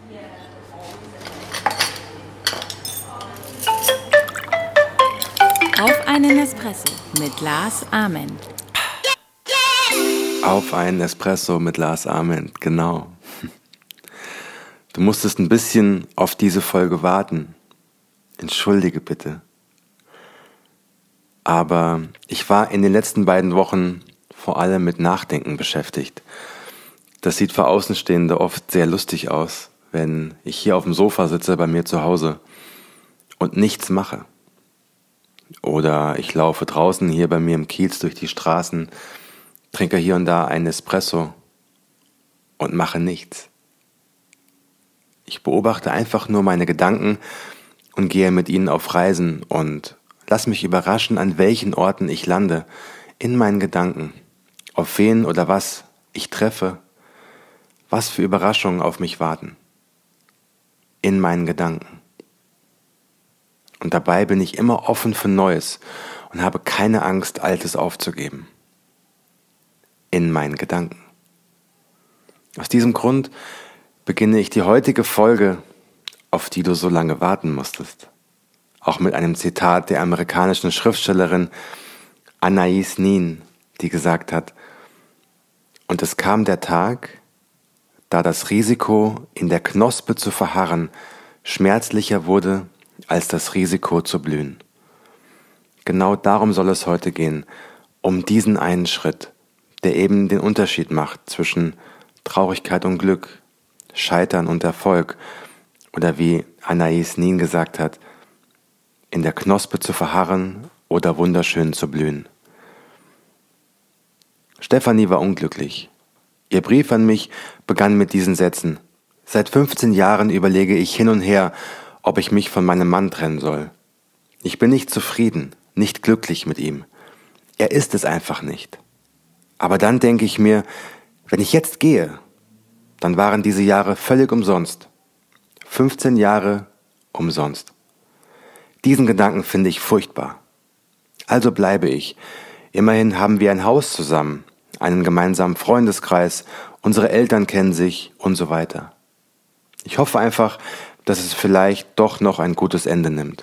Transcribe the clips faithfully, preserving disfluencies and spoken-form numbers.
Auf einen Espresso mit Lars Ament. Auf einen Espresso mit Lars Ament, genau. Du musstest ein bisschen auf diese Folge warten. Entschuldige bitte. Aber ich war in den letzten beiden Wochen vor allem mit Nachdenken beschäftigt. Das sieht für Außenstehende oft sehr lustig aus, wenn ich hier auf dem Sofa sitze bei mir zu Hause und nichts mache. Oder ich laufe draußen hier bei mir im Kiez durch die Straßen, trinke hier und da einen Espresso und mache nichts. Ich beobachte einfach nur meine Gedanken und gehe mit ihnen auf Reisen und lass mich überraschen, an welchen Orten ich lande, in meinen Gedanken, auf wen oder was ich treffe, was für Überraschungen auf mich warten. In meinen Gedanken. Und dabei bin ich immer offen für Neues und habe keine Angst, Altes aufzugeben. In meinen Gedanken. Aus diesem Grund beginne ich die heutige Folge, auf die du so lange warten musstest. Auch mit einem Zitat der amerikanischen Schriftstellerin Anais Nin, die gesagt hat: Und es kam der Tag, da das Risiko, in der Knospe zu verharren, schmerzlicher wurde als das Risiko zu blühen. Genau darum soll es heute gehen, um diesen einen Schritt, der eben den Unterschied macht zwischen Traurigkeit und Glück, Scheitern und Erfolg oder wie Anais Nin gesagt hat, in der Knospe zu verharren oder wunderschön zu blühen. Stefanie war unglücklich. Ihr Brief an mich begann mit diesen Sätzen: Seit fünfzehn Jahren überlege ich hin und her, ob ich mich von meinem Mann trennen soll. Ich bin nicht zufrieden, nicht glücklich mit ihm. Er ist es einfach nicht. Aber dann denke ich mir, wenn ich jetzt gehe, dann waren diese Jahre völlig umsonst. fünfzehn Jahre umsonst. Diesen Gedanken finde ich furchtbar. Also bleibe ich. Immerhin haben wir ein Haus zusammen, einen gemeinsamen Freundeskreis, unsere Eltern kennen sich und so weiter. Ich hoffe einfach, dass es vielleicht doch noch ein gutes Ende nimmt.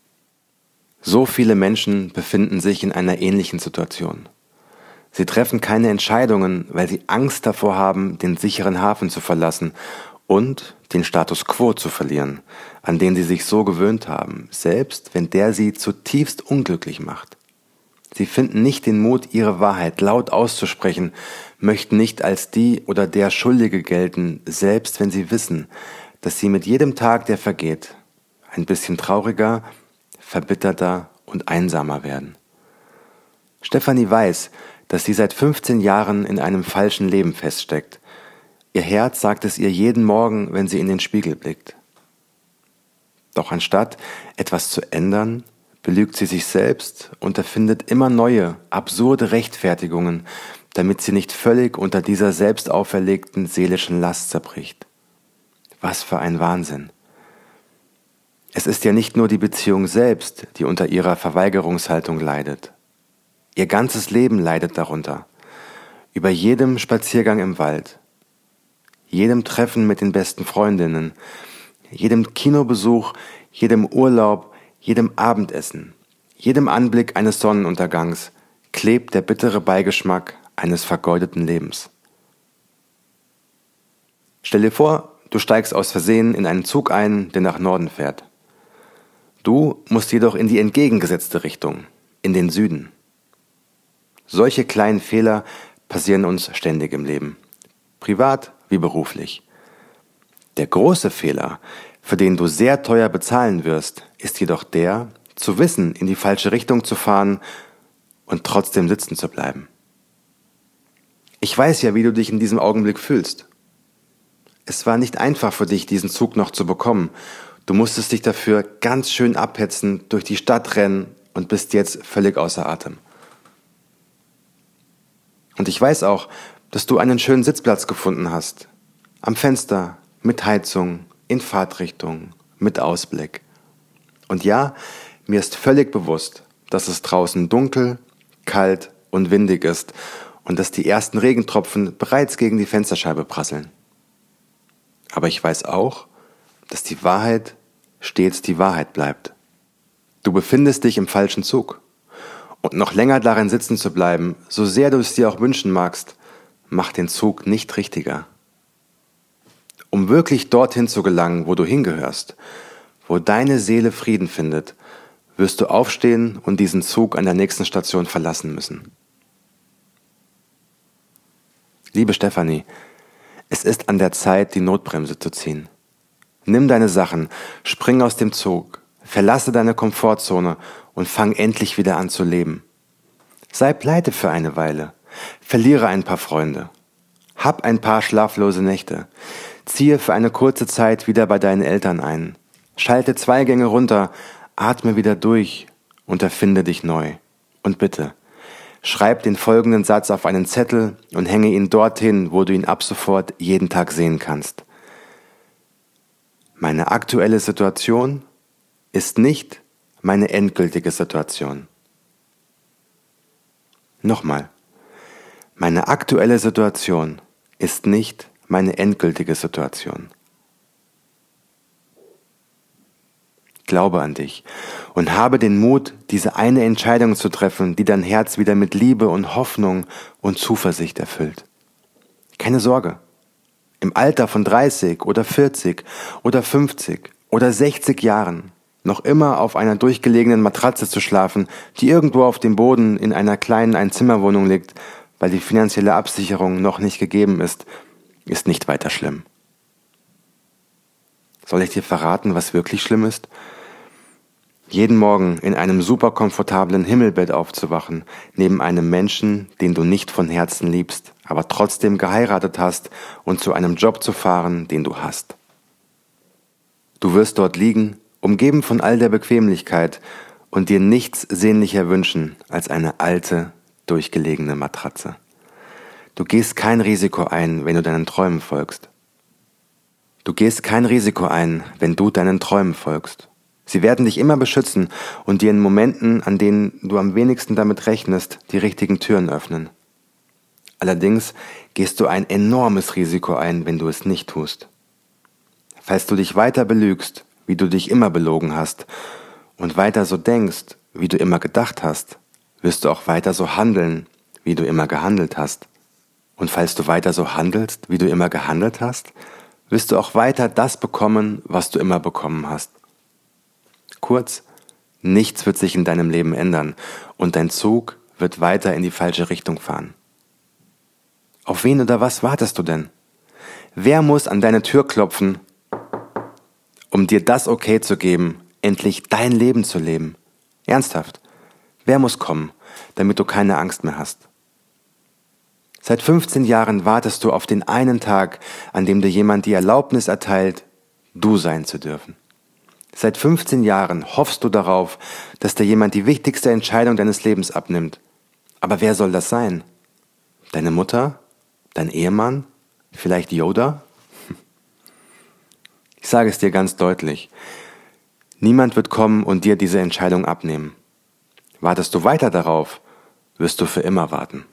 So viele Menschen befinden sich in einer ähnlichen Situation. Sie treffen keine Entscheidungen, weil sie Angst davor haben, den sicheren Hafen zu verlassen und den Status quo zu verlieren, an den sie sich so gewöhnt haben, selbst wenn der sie zutiefst unglücklich macht. Sie finden nicht den Mut, ihre Wahrheit laut auszusprechen, möchten nicht als die oder der Schuldige gelten, selbst wenn sie wissen, dass sie mit jedem Tag, der vergeht, ein bisschen trauriger, verbitterter und einsamer werden. Stefanie weiß, dass sie seit fünfzehn Jahren in einem falschen Leben feststeckt. Ihr Herz sagt es ihr jeden Morgen, wenn sie in den Spiegel blickt. Doch anstatt etwas zu ändern, belügt sie sich selbst und erfindet immer neue, absurde Rechtfertigungen, damit sie nicht völlig unter dieser selbst auferlegten seelischen Last zerbricht. Was für ein Wahnsinn. Es ist ja nicht nur die Beziehung selbst, die unter ihrer Verweigerungshaltung leidet. Ihr ganzes Leben leidet darunter. Über jedem Spaziergang im Wald, jedem Treffen mit den besten Freundinnen, jedem Kinobesuch, jedem Urlaub, jedem Abendessen, jedem Anblick eines Sonnenuntergangs klebt der bittere Beigeschmack eines vergeudeten Lebens. Stell dir vor, du steigst aus Versehen in einen Zug ein, der nach Norden fährt. Du musst jedoch in die entgegengesetzte Richtung, in den Süden. Solche kleinen Fehler passieren uns ständig im Leben, privat wie beruflich. Der große Fehler, für den du sehr teuer bezahlen wirst, ist jedoch der, zu wissen, in die falsche Richtung zu fahren und trotzdem sitzen zu bleiben. Ich weiß ja, wie du dich in diesem Augenblick fühlst. Es war nicht einfach für dich, diesen Zug noch zu bekommen. Du musstest dich dafür ganz schön abhetzen, durch die Stadt rennen und bist jetzt völlig außer Atem. Und ich weiß auch, dass du einen schönen Sitzplatz gefunden hast. Am Fenster, mit Heizung, in Fahrtrichtung, mit Ausblick. Und ja, mir ist völlig bewusst, dass es draußen dunkel, kalt und windig ist und dass die ersten Regentropfen bereits gegen die Fensterscheibe prasseln. Aber ich weiß auch, dass die Wahrheit stets die Wahrheit bleibt. Du befindest dich im falschen Zug. Und noch länger darin sitzen zu bleiben, so sehr du es dir auch wünschen magst, macht den Zug nicht richtiger. Um wirklich dorthin zu gelangen, wo du hingehörst, wo deine Seele Frieden findet, wirst du aufstehen und diesen Zug an der nächsten Station verlassen müssen. Liebe Stefanie, es ist an der Zeit, die Notbremse zu ziehen. Nimm deine Sachen, spring aus dem Zug, verlasse deine Komfortzone und fang endlich wieder an zu leben. Sei pleite für eine Weile, verliere ein paar Freunde, hab ein paar schlaflose Nächte, ziehe für eine kurze Zeit wieder bei deinen Eltern ein, schalte zwei Gänge runter, atme wieder durch und erfinde dich neu. Und bitte, schreib den folgenden Satz auf einen Zettel und hänge ihn dorthin, wo du ihn ab sofort jeden Tag sehen kannst. Meine aktuelle Situation ist nicht meine endgültige Situation. Nochmal. Meine aktuelle Situation ist nicht meine endgültige Situation. Glaube an dich und habe den Mut, diese eine Entscheidung zu treffen, die dein Herz wieder mit Liebe und Hoffnung und Zuversicht erfüllt. Keine Sorge. Im Alter von dreißig oder vierzig oder fünfzig oder sechzig Jahren noch immer auf einer durchgelegenen Matratze zu schlafen, die irgendwo auf dem Boden in einer kleinen Einzimmerwohnung liegt, weil die finanzielle Absicherung noch nicht gegeben ist, ist nicht weiter schlimm. Soll ich dir verraten, was wirklich schlimm ist? Jeden Morgen in einem super komfortablen Himmelbett aufzuwachen, neben einem Menschen, den du nicht von Herzen liebst, aber trotzdem geheiratet hast und zu einem Job zu fahren, den du hast. Du wirst dort liegen, umgeben von all der Bequemlichkeit und dir nichts sehnlicher wünschen als eine alte, durchgelegene Matratze. Du gehst kein Risiko ein, wenn du deinen Träumen folgst. Du gehst kein Risiko ein, wenn du deinen Träumen folgst. Sie werden dich immer beschützen und dir in Momenten, an denen du am wenigsten damit rechnest, die richtigen Türen öffnen. Allerdings gehst du ein enormes Risiko ein, wenn du es nicht tust. Falls du dich weiter belügst, wie du dich immer belogen hast, und weiter so denkst, wie du immer gedacht hast, wirst du auch weiter so handeln, wie du immer gehandelt hast. Und falls du weiter so handelst, wie du immer gehandelt hast, wirst du auch weiter das bekommen, was du immer bekommen hast. Kurz, nichts wird sich in deinem Leben ändern und dein Zug wird weiter in die falsche Richtung fahren. Auf wen oder was wartest du denn? Wer muss an deine Tür klopfen, um dir das Okay zu geben, endlich dein Leben zu leben? Ernsthaft, wer muss kommen, damit du keine Angst mehr hast? Seit fünfzehn Jahren wartest du auf den einen Tag, an dem dir jemand die Erlaubnis erteilt, du sein zu dürfen. Seit fünfzehn Jahren hoffst du darauf, dass dir jemand die wichtigste Entscheidung deines Lebens abnimmt. Aber wer soll das sein? Deine Mutter? Dein Ehemann? Vielleicht Yoda? Ich sage es dir ganz deutlich. Niemand wird kommen und dir diese Entscheidung abnehmen. Wartest du weiter darauf, wirst du für immer warten.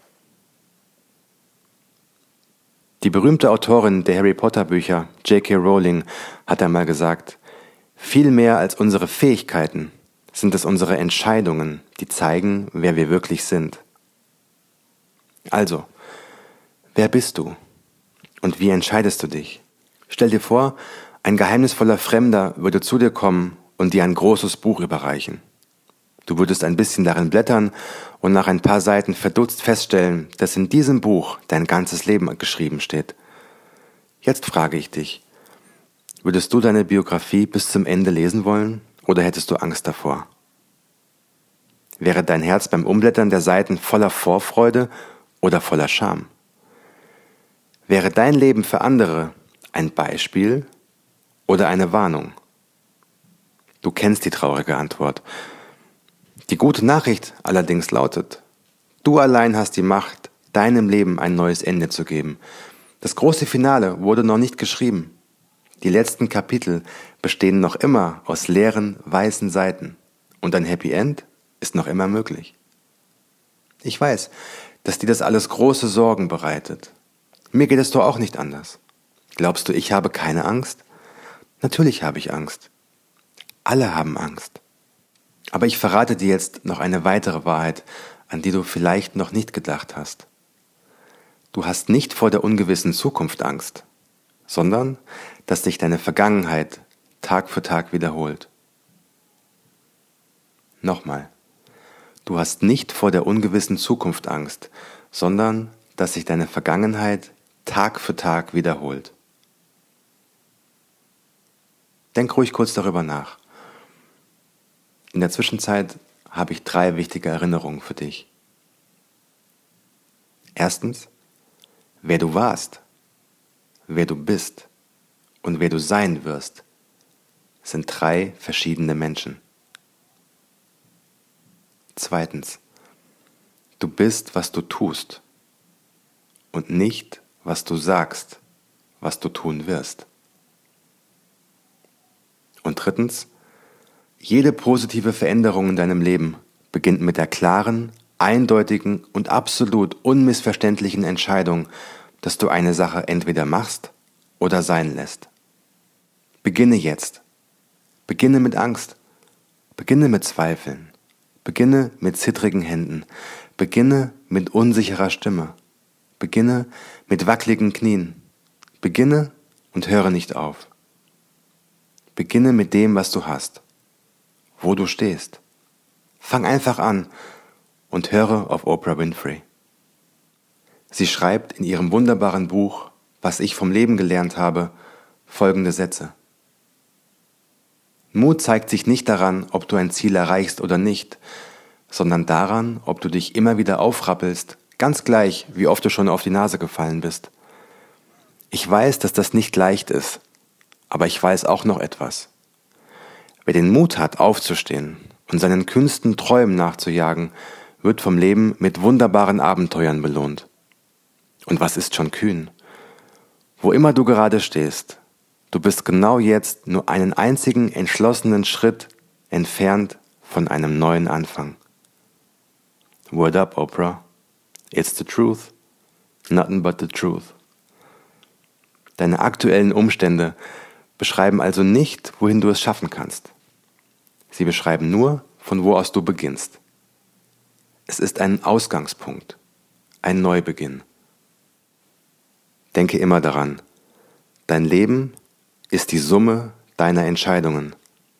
Die berühmte Autorin der Harry Potter Bücher, J K Rowling, hat einmal gesagt, viel mehr als unsere Fähigkeiten sind es unsere Entscheidungen, die zeigen, wer wir wirklich sind. Also, wer bist du? Und wie entscheidest du dich? Stell dir vor, ein geheimnisvoller Fremder würde zu dir kommen und dir ein großes Buch überreichen. Du würdest ein bisschen darin blättern und nach ein paar Seiten verdutzt feststellen, dass in diesem Buch dein ganzes Leben geschrieben steht. Jetzt frage ich dich, würdest du deine Biografie bis zum Ende lesen wollen oder hättest du Angst davor? Wäre dein Herz beim Umblättern der Seiten voller Vorfreude oder voller Scham? Wäre dein Leben für andere ein Beispiel oder eine Warnung? Du kennst die traurige Antwort. Die gute Nachricht allerdings lautet, du allein hast die Macht, deinem Leben ein neues Ende zu geben. Das große Finale wurde noch nicht geschrieben. Die letzten Kapitel bestehen noch immer aus leeren, weißen Seiten. Und ein Happy End ist noch immer möglich. Ich weiß, dass dir das alles große Sorgen bereitet. Mir geht es doch auch nicht anders. Glaubst du, ich habe keine Angst? Natürlich habe ich Angst. Alle haben Angst. Aber ich verrate dir jetzt noch eine weitere Wahrheit, an die du vielleicht noch nicht gedacht hast. Du hast nicht vor der ungewissen Zukunft Angst, sondern dass sich deine Vergangenheit Tag für Tag wiederholt. Nochmal, du hast nicht vor der ungewissen Zukunft Angst, sondern dass sich deine Vergangenheit Tag für Tag wiederholt. Denk ruhig kurz darüber nach. In der Zwischenzeit habe ich drei wichtige Erinnerungen für dich. Erstens, wer du warst, wer du bist und wer du sein wirst, sind drei verschiedene Menschen. Zweitens, du bist, was du tust und nicht, was du sagst, was du tun wirst. Und drittens, jede positive Veränderung in deinem Leben beginnt mit der klaren, eindeutigen und absolut unmissverständlichen Entscheidung, dass du eine Sache entweder machst oder sein lässt. Beginne jetzt. Beginne mit Angst. Beginne mit Zweifeln. Beginne mit zittrigen Händen. Beginne mit unsicherer Stimme. Beginne mit wackeligen Knien. Beginne und höre nicht auf. Beginne mit dem, was du hast, wo du stehst. Fang einfach an und höre auf Oprah Winfrey. Sie schreibt in ihrem wunderbaren Buch, was ich vom Leben gelernt habe, folgende Sätze. Mut zeigt sich nicht daran, ob du ein Ziel erreichst oder nicht, sondern daran, ob du dich immer wieder aufrappelst, ganz gleich, wie oft du schon auf die Nase gefallen bist. Ich weiß, dass das nicht leicht ist, aber ich weiß auch noch etwas. Wer den Mut hat, aufzustehen und seinen kühnsten Träumen nachzujagen, wird vom Leben mit wunderbaren Abenteuern belohnt. Und was ist schon kühn? Wo immer du gerade stehst, du bist genau jetzt nur einen einzigen entschlossenen Schritt entfernt von einem neuen Anfang. Word up, Oprah. It's the truth. Nothing but the truth. Deine aktuellen Umstände beschreiben also nicht, wohin du es schaffen kannst. Sie beschreiben nur, von wo aus du beginnst. Es ist ein Ausgangspunkt, ein Neubeginn. Denke immer daran, dein Leben ist die Summe deiner Entscheidungen.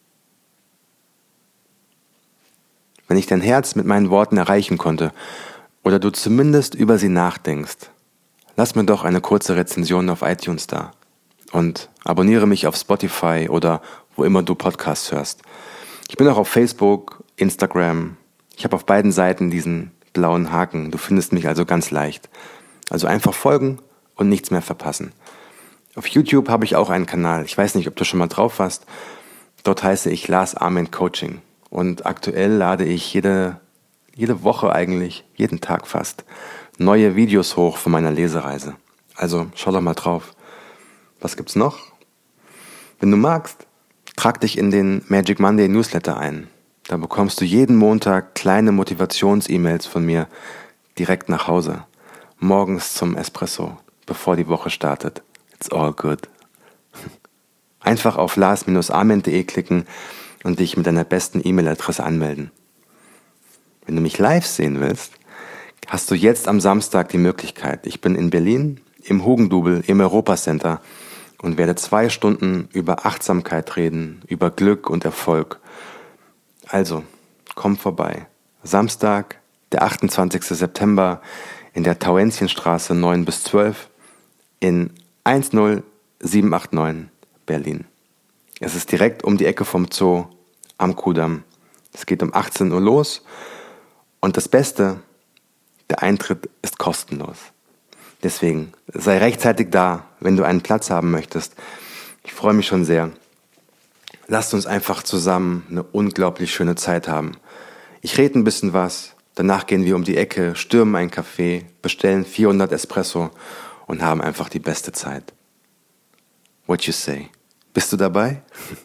Wenn ich dein Herz mit meinen Worten erreichen konnte oder du zumindest über sie nachdenkst, lass mir doch eine kurze Rezension auf iTunes da. Und abonniere mich auf Spotify oder wo immer du Podcasts hörst. Ich bin auch auf Facebook, Instagram. Ich habe auf beiden Seiten diesen blauen Haken. Du findest mich also ganz leicht. Also einfach folgen und nichts mehr verpassen. Auf YouTube habe ich auch einen Kanal. Ich weiß nicht, ob du schon mal drauf warst. Dort heiße ich Lars Ament Coaching. Und aktuell lade ich jede, jede Woche eigentlich, jeden Tag fast, neue Videos hoch von meiner Lesereise. Also schau doch mal drauf. Was gibt's noch? Wenn du magst, trag dich in den Magic Monday Newsletter ein. Da bekommst du jeden Montag kleine Motivations-E-Mails von mir direkt nach Hause. Morgens zum Espresso, bevor die Woche startet. It's all good. Einfach auf lars Bindestrich ament punkt de klicken und dich mit deiner besten E-Mail-Adresse anmelden. Wenn du mich live sehen willst, hast du jetzt am Samstag die Möglichkeit. Ich bin in Berlin im Hugendubel im Europacenter und werde zwei Stunden über Achtsamkeit reden, über Glück und Erfolg. Also, komm vorbei. Samstag, der achtundzwanzigster September in der Tauentzienstraße neun bis zwölf in eins null sieben acht neun Berlin. Es ist direkt um die Ecke vom Zoo am Kudamm. Es geht um achtzehn Uhr los und das Beste, der Eintritt ist kostenlos. Deswegen sei rechtzeitig da, wenn du einen Platz haben möchtest. Ich freue mich schon sehr. Lasst uns einfach zusammen eine unglaublich schöne Zeit haben. Ich rede ein bisschen was, danach gehen wir um die Ecke, stürmen einen Café, bestellen vierhundert Espresso und haben einfach die beste Zeit. What you say? Bist du dabei?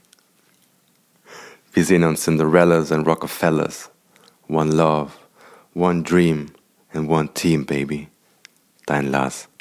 Wir sehen uns in the Rellers and Rockefellers. One love, one dream and one team, baby. Dein Lars.